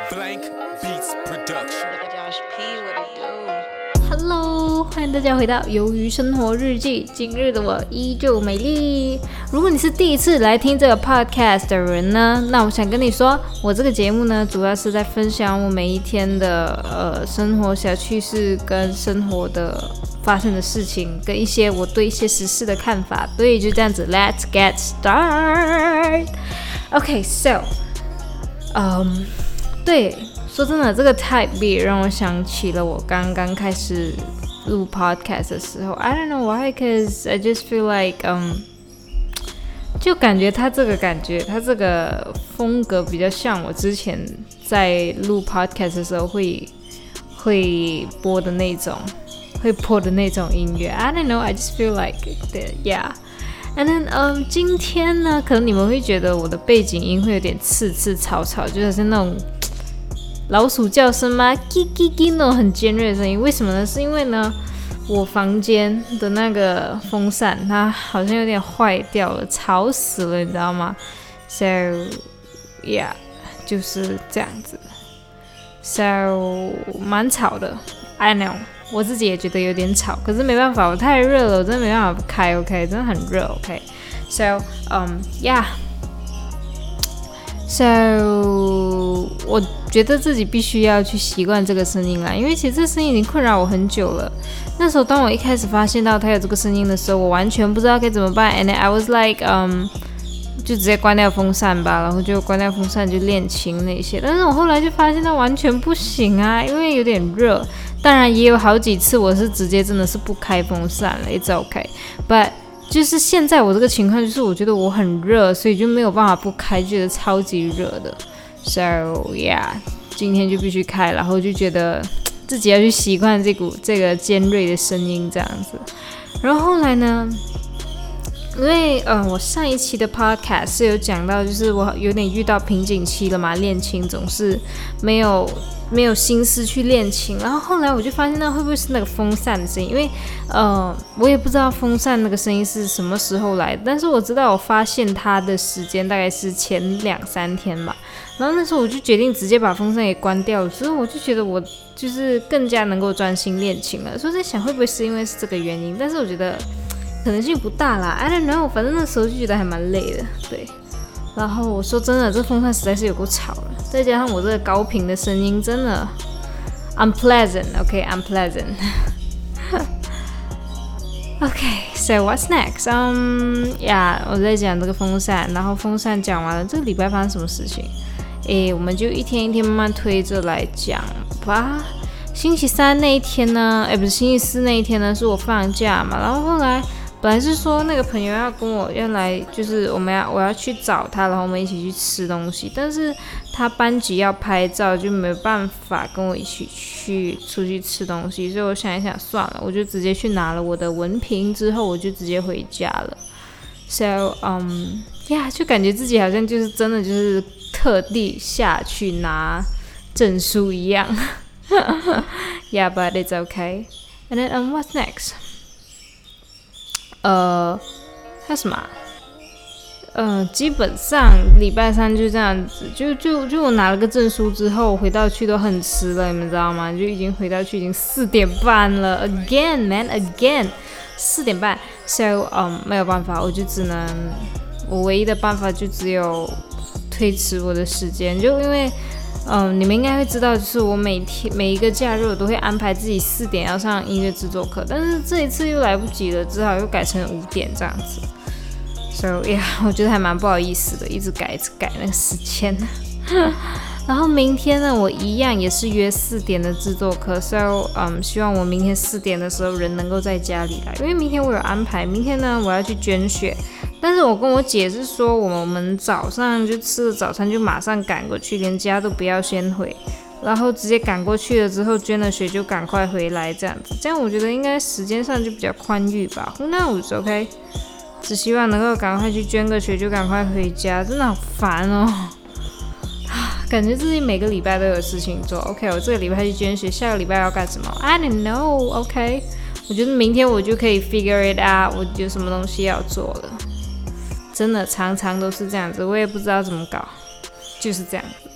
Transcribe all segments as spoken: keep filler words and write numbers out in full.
Blank Beats Production。Josh P what it do？Hello， 欢迎大家回到《鱿鱼生活日记》。今日的我依旧美丽。如果你是第一次来听这个 podcast 的人呢，那我想跟你说，我这个节目呢，主要是在分享我每一天的呃生活小趣事跟生活的发生的事情，跟一些我对一些时事的看法。所以就这样子 ，Let's get start。Okay, so， 嗯、um, ，对，说真的，这个 type beat 让我想起了我刚刚开始录 podcast 的时候。I don't know why, cause I just feel like， 嗯、um, ，就感觉他这个感觉，他这个风格比较像我之前在录 podcast 的时候会会播的那种，会播的那种音乐。I don't know, I just feel like that, yeah.And then, 嗯，今天呢，可能你们会觉得我的背景音会有点刺刺吵吵，就是那种老鼠叫声吗？叽叽叽那种很尖锐的声音。为什么呢？是因为呢，我房间的那个风扇它好像有点坏掉了，吵死了，你知道吗 ？So, yeah， 就是这样子。So， 蛮吵的 ，I know。我自己也觉得有点吵，可是没办法，我太热了，我真的没办法不开 ，OK， 真的很热 ，OK。So, um, yeah. So, 我觉得自己必须要去习惯这个声音啦，因为其实这声音已经困扰我很久了。那时候当我一开始发现到它有这个声音的时候，我完全不知道该怎么办 ，and I was like, um, 就直接关掉风扇吧，然后就关掉风扇就练琴那些。但是我后来就发现它完全不行啊，因为有点热。当然也有好几次我是直接真的是不开风扇了 ，it's okay。But 就是现在我这个情况就是我觉得我很热，所以就没有办法不开，觉得超级热的。So yeah， 今天就必须开，然后就觉得自己要去习惯这股这个尖锐的声音这样子。然后后来呢？因为呃，我上一期的 podcast 是有讲到，就是我有点遇到瓶颈期了嘛，练琴总是没有没有心思去练琴。然后后来我就发现，那会不会是那个风扇的声音？因为呃，我也不知道风扇那个声音是什么时候来的，但是我知道我发现它的时间大概是前两三天吧。然后那时候我就决定直接把风扇给关掉了，之后我就觉得我就是更加能够专心练琴了。所以在想会不会是因为是这个原因？但是我觉得可能性不大啦 ，I don't know， 反正那时候就觉得还蛮累的，对。然后我说真的，这风扇实在是有够吵了，再加上我这个高频的声音，真的 unpleasant，OK， unpleasant。OK， so what's next？ 嗯、um, 呀、yeah, ，我在讲这个风扇，然后风扇讲完了，这个礼拜发生什么事情？诶，我们就一天一天慢慢推着来讲吧。星期三那一天呢，诶，不是星期四那一天呢，是我放假嘛，然后后来。本来是说那个朋友要跟我要来，就是我们要我要去找他，然后我们一起去吃东西。但是他班级要拍照，就没办法跟我一起去出去吃东西。所以我想一想，算了，我就直接去拿了我的文凭，之后我就直接回家了。So, um, yeah， 就感觉自己好像就是真的就是特地下去拿证书一样。Yeah, but it's okay. And then, um, what's next?呃，还有什么、啊？呃，基本上礼拜三就这样子，就就就我拿了个证书之后，回到去都很迟了，你们知道吗？就已经回到去已经四点半了 ，again man again， 四点半 ，so 嗯没有办法，我就只能，我唯一的办法就只有推迟我的时间，就因为。嗯，你们应该会知道，就是我每天每一个假日我都会安排自己四点要上音乐制作课，但是这一次又来不及了，只好又改成五点这样子。So yeah， 我觉得还蛮不好意思的，一直改一直改那个时间。然后明天呢，我一样也是约四点的制作课 ，so 嗯，希望我明天四点的时候人能够在家里来，因为明天我有安排，明天呢我要去捐血。但是我跟我姐是说，我们早上就吃了早餐就马上赶过去，连家都不要先回，然后直接赶过去了之后捐了血就赶快回来这样子，这样我觉得应该时间上就比较宽裕吧。Who knows? OK， 只希望能够赶快去捐个血就赶快回家，真的好烦哦。感觉自己每个礼拜都有事情做。OK， 我这个礼拜去捐血，下个礼拜要干什么 ？I don't know. OK， 我觉得明天我就可以 figure it out， 我有什么东西要做了。真的常常都是这样子，我也不知道怎么搞，就是这样子。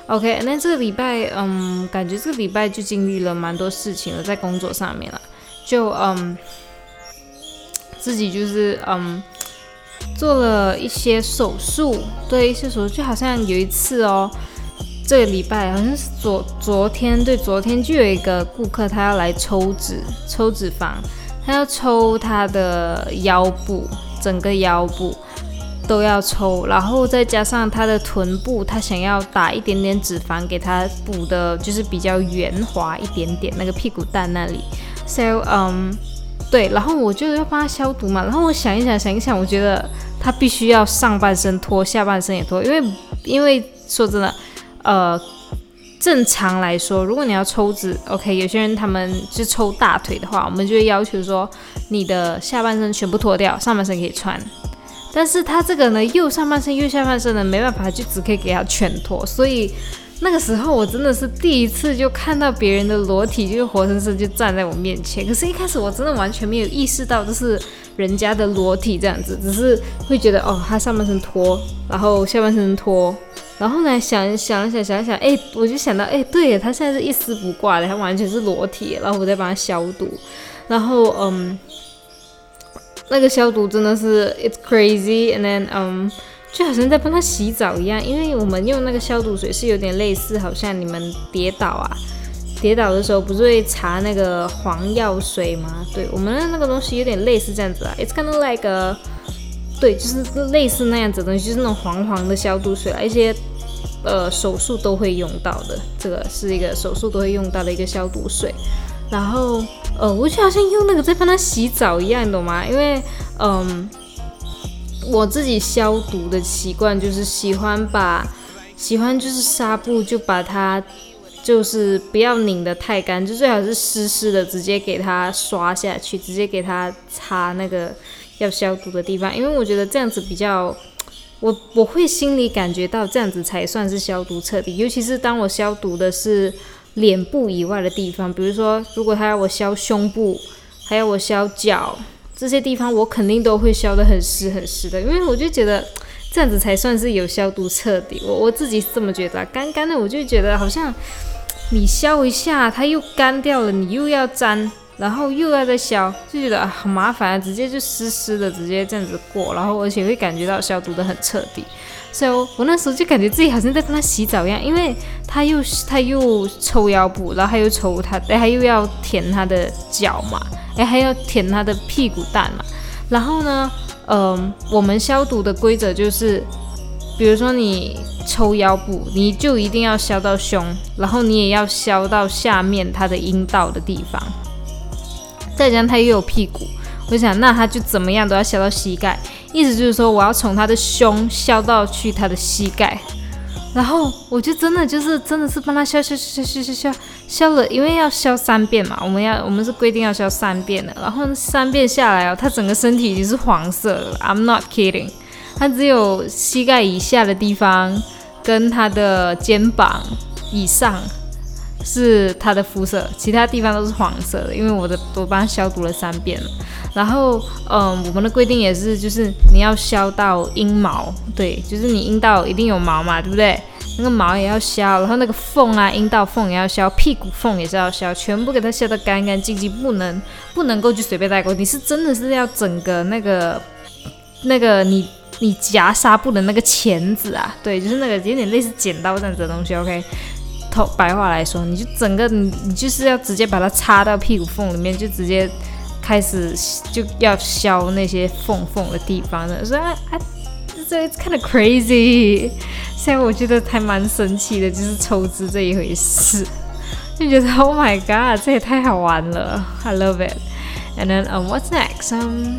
OK， 那这个礼拜，嗯，感觉这个礼拜就经历了蛮多事情了，在工作上面了，就嗯，自己就是嗯，做了一些手术，对，一些手术，就好像有一次哦，这个礼拜好像是昨昨天，对，昨天就有一个顾客他要来抽脂，抽脂肪，他要抽他的腰部，整个腰部。都要抽，然后再加上他的臀部，他想要打一点点脂肪给他补的，就是比较圆滑一点点，那个屁股蛋那里。So， 嗯，对，然后我就要帮他消毒嘛。然后我想一想，想一想，我觉得他必须要上半身脱，下半身也脱，因为因为说真的，呃，正常来说，如果你要抽脂 ，OK， 有些人他们是抽大腿的话，我们就会要求说你的下半身全部脱掉，上半身可以穿。但是他这个呢，右上半身右下半身呢，没办法，就只可以给他全脱。所以那个时候我真的是第一次就看到别人的裸体，就是活生生就站在我面前。可是，一开始我真的完全没有意识到这是人家的裸体这样子，只是会觉得哦，他上半身脱，然后下半身脱，然后呢想想想想想，哎，我就想到，哎，对耶，他现在是一丝不挂的，他完全是裸体，然后我再帮他消毒，然后嗯。那个消毒真的是 it's crazy， and then 嗯，就好像在帮他洗澡一样，因为我们用那个消毒水是有点类似，好像你们跌倒啊，跌倒的时候不是会擦那个黄药水吗？对，我们的那个东西有点类似这样子啊 ，it's kind of like a， 对，就是类似那样子的东西，就是那种黄黄的消毒水啦，一些呃手术都会用到的，这个是一个手术都会用到的一个消毒水。然后，呃，我就好像用那个在帮他洗澡一样，懂吗？因为，嗯，我自己消毒的习惯就是喜欢把，喜欢就是纱布就把它，就是不要拧得太干，就最好是湿湿的，直接给它刷下去，直接给它擦那个要消毒的地方，因为我觉得这样子比较。我我会心里感觉到这样子才算是消毒彻底，尤其是当我消毒的是脸部以外的地方，比如说如果他要我消胸部，还要我消脚这些地方，我肯定都会消得很湿很湿的，因为我就觉得这样子才算是有消毒彻底。我我自己是这么觉得、啊，干干的我就觉得好像你消一下它又干掉了，你又要沾。然后又要再消，就觉得啊很麻烦啊，直接就湿湿的，直接这样子过，然后而且会感觉到消毒的很彻底，所以我那时候就感觉自己好像在跟他洗澡一样，因为他又他又抽腰部，然后他又抽他，他又要舔他的脚嘛，哎还要舔他的屁股蛋嘛，然后呢，嗯、呃，我们消毒的规则就是，比如说你抽腰部，你就一定要消到胸，然后你也要消到下面他的阴道的地方。再加上他又有屁股，我想那他就怎么样都要消到膝盖，意思就是说我要从他的胸消到去他的膝盖，然后我就真的就是真的是帮他消消消消消消消了，因为要消三遍嘛，我们要我们是规定要消三遍的，然后三遍下来哦，他整个身体已经是黄色了 ，I'm not kidding， 他只有膝盖以下的地方跟他的肩膀以上。是它的肤色，其他地方都是黄色的，因为我的我帮它消毒了三遍了。然后，嗯，我们的规定也是，就是你要消到阴毛，对，就是你阴道一定有毛嘛，对不对？那个毛也要消，然后那个缝啊，阴道缝也要消，屁股缝也是要消，全部给它消得干干净净，不能不能够就随便带过。你是真的是要整个那个那个你你夹纱布的那个钳子啊，对，就是那个有点类似剪刀这样子的东西 ，OK。白话来说，你就整个你你就是要直接把它插到屁股缝里面，就直接开始就要消那些缝缝的地方的，所以啊啊，这 it's kind of crazy。现在我觉得还蛮神奇的，就是抽脂这一回事，就觉得 Oh my God， 这也太好玩了 ，I love it。And then um, what's next? Um,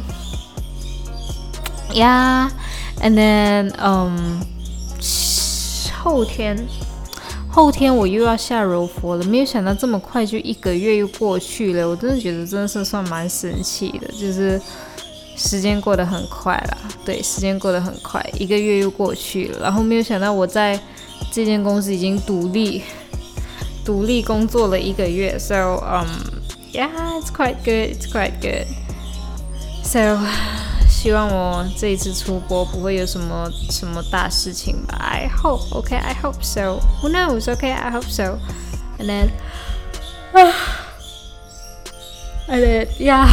yeah, and then um, 后天。后天我又要下柔佛了，没有想到这么快就一个月又过去了，我真的觉得真的是算蛮神奇的，就是时间过得很快啦，对，时间过得很快，一个月又过去了，然后没有想到我在这间公司已经独立独立工作了一个月 ，so um yeah it's quite good it's quite good，so 希希望我这一次出国不会有什么什么大事情吧。I hope, okay, I hope so. Who knows? Okay, I hope so. And then, and then, yeah,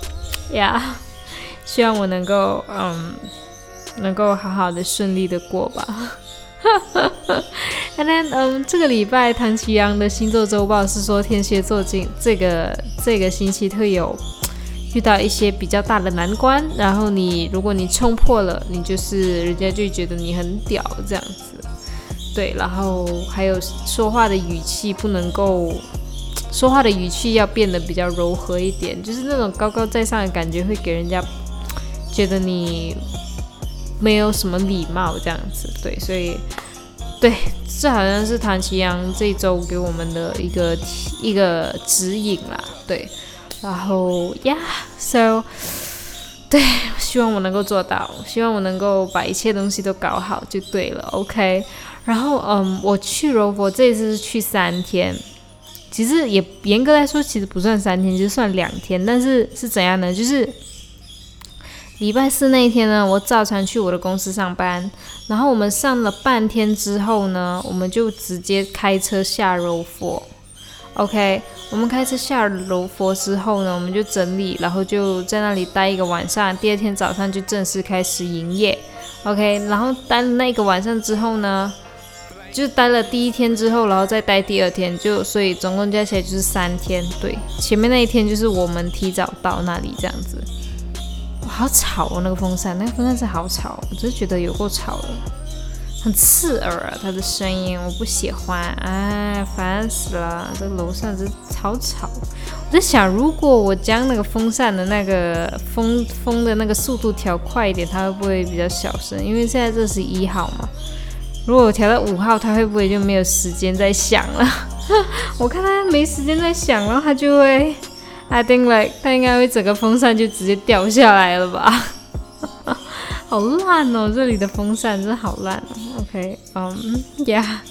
yeah. 希望我能够，嗯，能够好好的顺利的过吧。And then, 嗯，这个礼拜唐綺阳的星座周报是说天蝎座这这个这个星期会有遇到一些比较大的难关，然后你如果你冲破了，你就是人家就觉得你很屌这样子。对，然后还有说话的语气不能够，说话的语气要变得比较柔和一点，就是那种高高在上的感觉会给人家觉得你没有什么礼貌这样子。对，所以对，这好像是唐綺阳这一周给我们的一个一个指引啦。对，然后 yeah so 对，希望我能够做到，希望我能够把一切东西都搞好就对了。 OK， 然后嗯，我去柔佛这一次是去三天，其实也严格来说其实不算三天，就是算两天，但是是怎样呢，就是礼拜四那一天呢，我照常去我的公司上班，然后我们上了半天之后呢，我们就直接开车下柔佛。OK， 我们开车下柔佛之后呢，我们就整理，然后就在那里待一个晚上，第二天早上就正式开始营业。OK， 然后待了那个晚上之后呢，就待了第一天之后，然后再待第二天，就所以总共加起来就是三天。对，前面那一天就是我们提早到那里这样子。哇，好吵哦，那个风扇，那个风扇是好吵，我只是觉得有够吵的。很刺耳啊，它的声音我不喜欢，哎，烦死了！这个楼上真超吵。我在想，如果我将那个风扇的那个风风的那个速度调快一点，它会不会比较小声？因为现在这是一号嘛，如果我调到五号，它会不会就没有时间再响了？我看它没时间再响，然后它就会 ，I think like 它应该会整个风扇就直接掉下来了吧？好烂哦，这里的风扇真的好烂哦。OK， 嗯、um,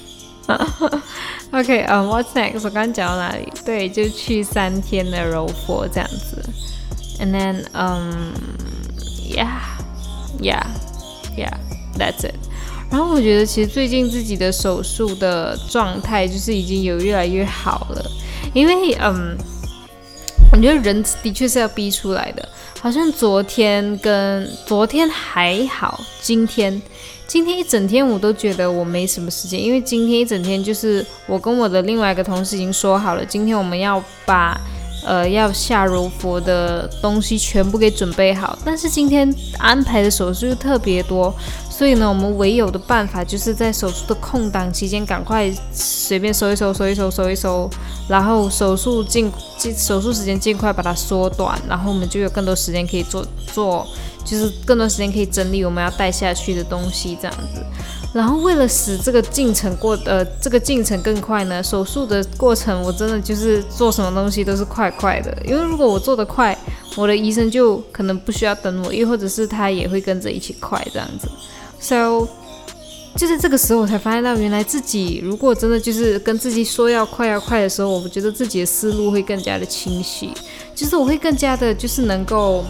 ，Yeah，OK， 嗯、um, ，What's next？ 我刚刚讲到哪里？对，就去三天的柔佛这样子。And then， 嗯、um, ，Yeah，Yeah，Yeah，That's it。然后我觉得其实最近自己的手术的状态就是已经有越来越好了，因为嗯，我觉得人的确是要逼出来的。好像昨天跟昨天还好，今天今天一整天我都觉得我没什么时间，因为今天一整天就是我跟我的另外一个同事已经说好了，今天我们要把呃要下柔佛的东西全部给准备好，但是今天安排的手术又特别多，所以呢我们唯有的办法就是在手术的空档期间赶快随便收一收收一收收一收，然后手术尽手术时间尽快把它缩短，然后我们就有更多时间可以做做，就是更多时间可以整理我们要带下去的东西这样子。然后为了使这个进程过呃这个进程更快呢，手术的过程我真的就是做什么东西都是快快的，因为如果我做得快，我的医生就可能不需要等我，又或者是他也会跟着一起快这样子。So 就在这个时候我才发现到，原来自己如果真的就是跟自己说要快要快的时候，我觉得自己的思路会更加的清晰，就是我会更加的就是能够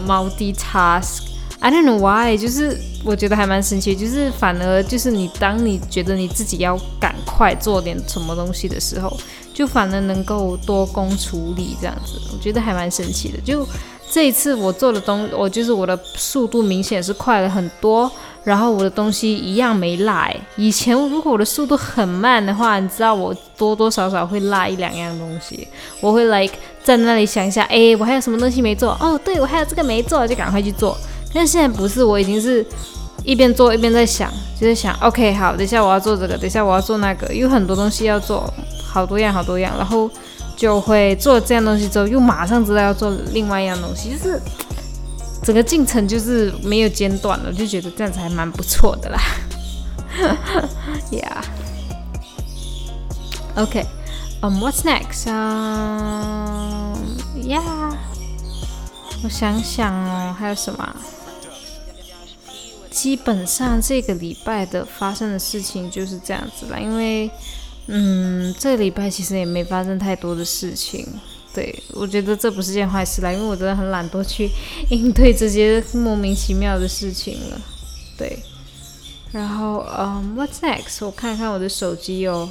multitask。I don't know why， 就是我觉得还蛮神奇，就是反而就是你当你觉得你自己要赶快做点什么东西的时候，就反而能够多工处理这样子，我觉得还蛮神奇的。就这一次我做的东我就是我的速度明显是快了很多，然后我的东西一样没落。以前如果我的速度很慢的话，你知道我多多少少会落一两样东西，我会 like 在那里想一下，哎，我还有什么东西没做，哦对，我还有这个没做，就赶快去做。但现在不是，我已经是一边做一边在想，就是想 OK 好，等一下我要做这个，等一下我要做那个，有很多东西要做，好多样好多样，然后就会做这样东西之后又马上知道要做另外一样东西，就是整个进程就是没有间断了，就觉得这样子还蛮不错的啦。Yeah OK um, What's next? Um, yeah 我想想哦，还有什么？基本上这个礼拜的发生的事情就是这样子啦，因为嗯，这个礼拜其实也没发生太多的事情。 对，我觉得这不是件坏事啦，因为我真的很懒惰去应对这些莫名其妙的事情了。对，然后嗯 ，What's next？ 我看看我的手机哦，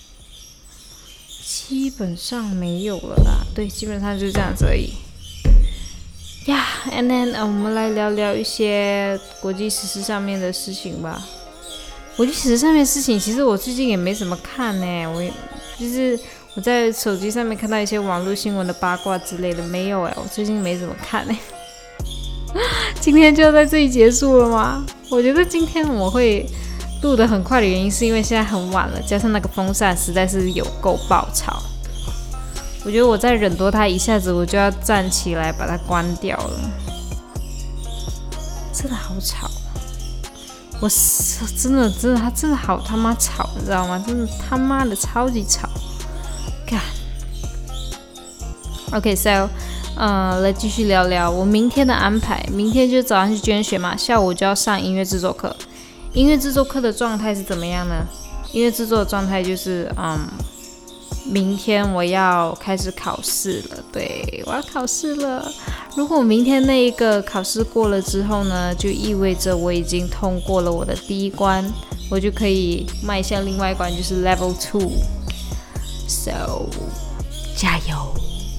基本上没有了啦。对，基本上就这样子而已。呀、yeah, ，and then、uh, 我们来聊聊一些国际时事上面的事情吧。国际时事上面的事情，其实我最近也没怎么看呢。我就是我在手机上面看到一些网络新闻的八卦之类的，没有哎，我最近没怎么看哎。今天就在这里结束了吗？我觉得今天我会录得很快的原因，是因为现在很晚了，加上那个风扇实在是有够爆吵。我觉得我再忍多它一下子，我就要站起来把它关掉了。真的好吵，我真的真的，它真的好他妈吵，你知道吗？真的他妈的超级吵。干 ，OK， so， 呃，来继续聊聊我明天的安排。明天就早上去捐血嘛，下午就要上音乐制作课。音乐制作课的状态是怎么样呢？音乐制作的状态就是，嗯。明天我要开始考试了，对，我要考试了。如果明天那一个考试过了之后呢，就意味着我已经通过了我的第一关，我就可以迈向另外一关，就是 level two。So， 加油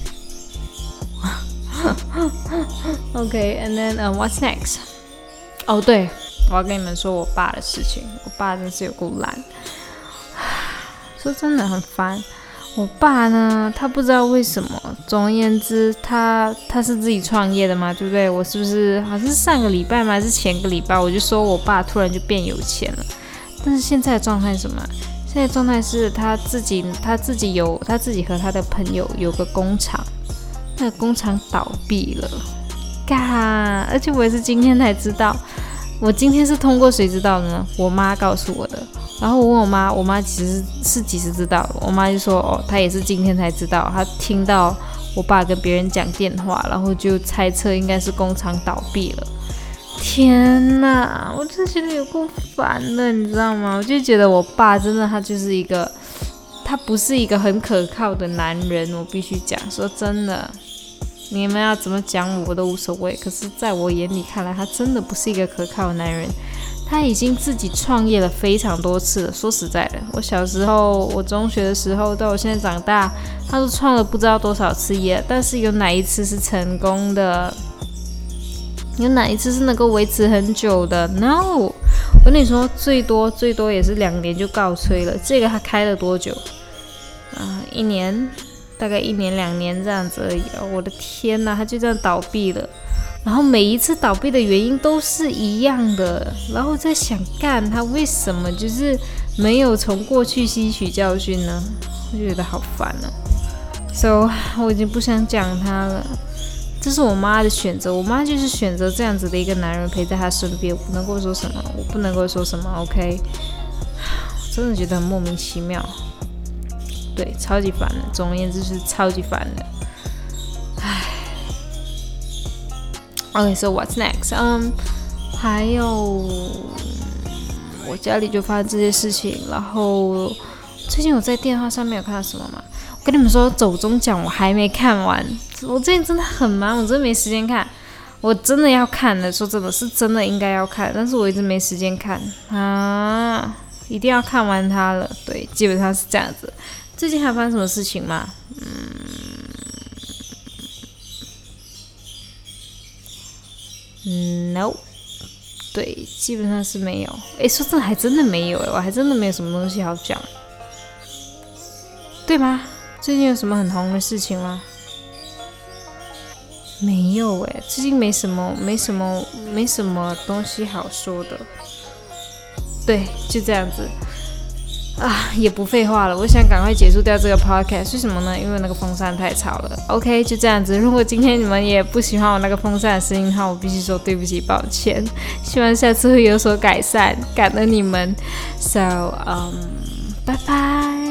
！OK，and、okay, then、uh, what's next？ 哦，对，我要跟你们说我爸的事情。我爸真是有够懒，说真的很烦。我爸呢，他不知道为什么，总而言之，他他是自己创业的嘛，对不对？我是不是好像是上个礼拜吗？还是前个礼拜，我就说我爸突然就变有钱了。但是现在的状态是什么？现在的状态是他自己他自己有他自己和他的朋友有个工厂，那个工厂倒闭了，嘎！而且我也是今天才知道。我今天是通过谁知道的呢？我妈告诉我的。然后我问我妈，我妈其实是几时知道的？我妈就说，哦，她也是今天才知道。她听到我爸跟别人讲电话，然后就猜测应该是工厂倒闭了。天哪，我真的觉得有够烦的，你知道吗？我就觉得我爸真的，他就是一个，他不是一个很可靠的男人。我必须讲，说真的。你们要怎么讲我我都无所谓，可是在我眼里看来，他真的不是一个可靠的男人。他已经自己创业了非常多次了。说实在的，我小时候，我中学的时候，到我现在长大，他都创了不知道多少次业，但是有哪一次是成功的？有哪一次是能够维持很久的 ？No， 我跟你说，最多最多也是两年就告吹了。这个他开了多久？啊、呃，一年。大概一年两年这样子而已、哦、我的天哪，他就这样倒闭了。然后每一次倒闭的原因都是一样的，然后在想，干他为什么就是没有从过去吸取教训呢？我就觉得好烦啊。So 我已经不想讲他了，这是我妈的选择，我妈就是选择这样子的一个男人陪在她身边，我不能够说什么，我不能够说什么 OK， 我真的觉得很莫名其妙。对，超级烦的。总而言之是超级烦的。唉 ，OK， so what's next？ 嗯、um, ，还有我家里就发生这些事情，然后最近我在电话上面有看到什么吗？我跟你们说，走中奖我还没看完，我最近真的很忙，我真的没时间看。我真的要看的，说真的是真的应该要看，但是我一直没时间看啊，一定要看完它了。对，基本上是这样子。最近还发生什么事情吗？嗯 ，no， 对，基本上是没有。诶，说真的，还真的没有诶，我还真的没有什么东西好讲，对吗？最近有什么很红的事情吗？没有诶，最近没什么，没什么，没什么东西好说的。对，就这样子。啊，也不废话了，我想赶快结束掉这个 podcast。为什么呢？因为那个风扇太吵了。OK， 就这样子。如果今天你们也不喜欢我那个风扇的声音的话，我必须说对不起，抱歉。希望下次会有所改善，感恩你们。So， 嗯，拜拜。